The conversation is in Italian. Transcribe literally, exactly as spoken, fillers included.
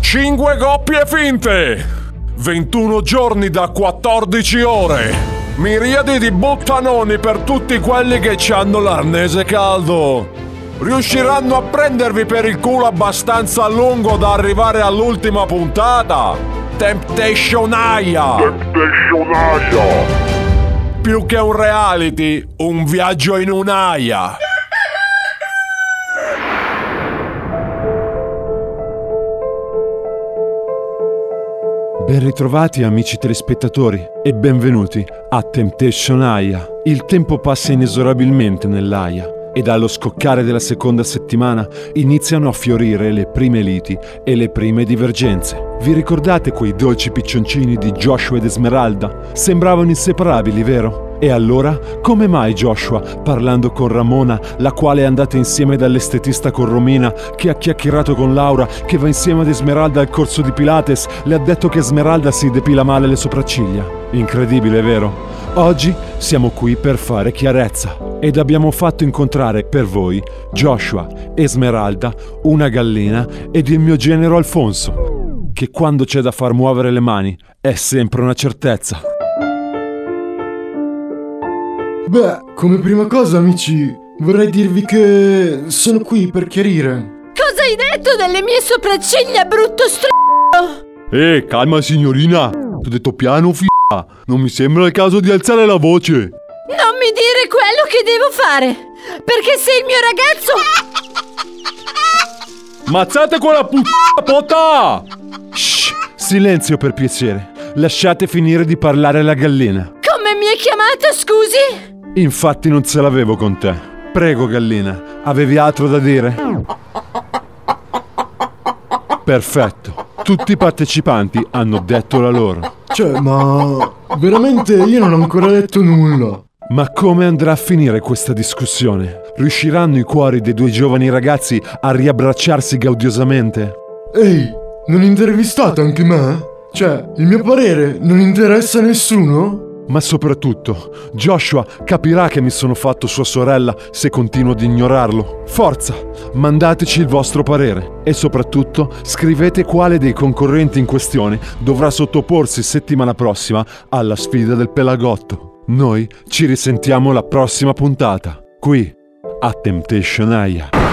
cinque coppie finte, ventuno giorni da quattordici ore, miriadi di buttanoni per tutti quelli che c'hanno l'arnese caldo. Riusciranno a prendervi per il culo abbastanza a lungo da arrivare all'ultima puntata? Temptationaia! Temptationaia! Più che un reality, un viaggio in un'aia. Ben ritrovati amici telespettatori e benvenuti a Temptationaia. Il tempo passa inesorabilmente nell'aia e dallo scoccare della seconda settimana iniziano a fiorire le prime liti e le prime divergenze. Vi ricordate quei dolci piccioncini di Joshua ed Esmeralda? Sembravano inseparabili, vero? E allora, come mai Joshua, parlando con Ramona, la quale è andata insieme dall'estetista con Romina, che ha chiacchierato con Laura, che va insieme ad Esmeralda al corso di Pilates, le ha detto che Esmeralda si depila male le sopracciglia? Incredibile, vero? Oggi siamo qui per fare chiarezza ed abbiamo fatto incontrare per voi Joshua, Esmeralda, una gallina ed il mio genero Alfonso, che quando c'è da far muovere le mani è sempre una certezza. Beh, come prima cosa, amici, vorrei dirvi che sono qui per chiarire. Cosa hai detto delle mie sopracciglia, brutto str***o? Eh, calma signorina, t'ho detto piano f***a, non mi sembra il caso di alzare la voce. Non mi dire quello che devo fare, perché se il mio ragazzo... Mazzate quella puttana pota! Shh, silenzio per piacere, lasciate finire di parlare la gallina. Come mi hai chiamato, scusi? Infatti non ce l'avevo con te. Prego, gallina, avevi altro da dire? Perfetto. Tutti i partecipanti hanno detto la loro. Cioè, ma... veramente io non ho ancora detto nulla. Ma come andrà a finire questa discussione? Riusciranno i cuori dei due giovani ragazzi a riabbracciarsi gaudiosamente? Ehi, non intervistate anche me? Cioè, il mio parere non interessa a nessuno? Ma soprattutto, Joshua capirà che mi sono fatto sua sorella se continuo ad ignorarlo. Forza, mandateci il vostro parere e soprattutto scrivete quale dei concorrenti in questione dovrà sottoporsi settimana prossima alla sfida del pelagotto. Noi ci risentiamo la prossima puntata, qui a Temptationaia.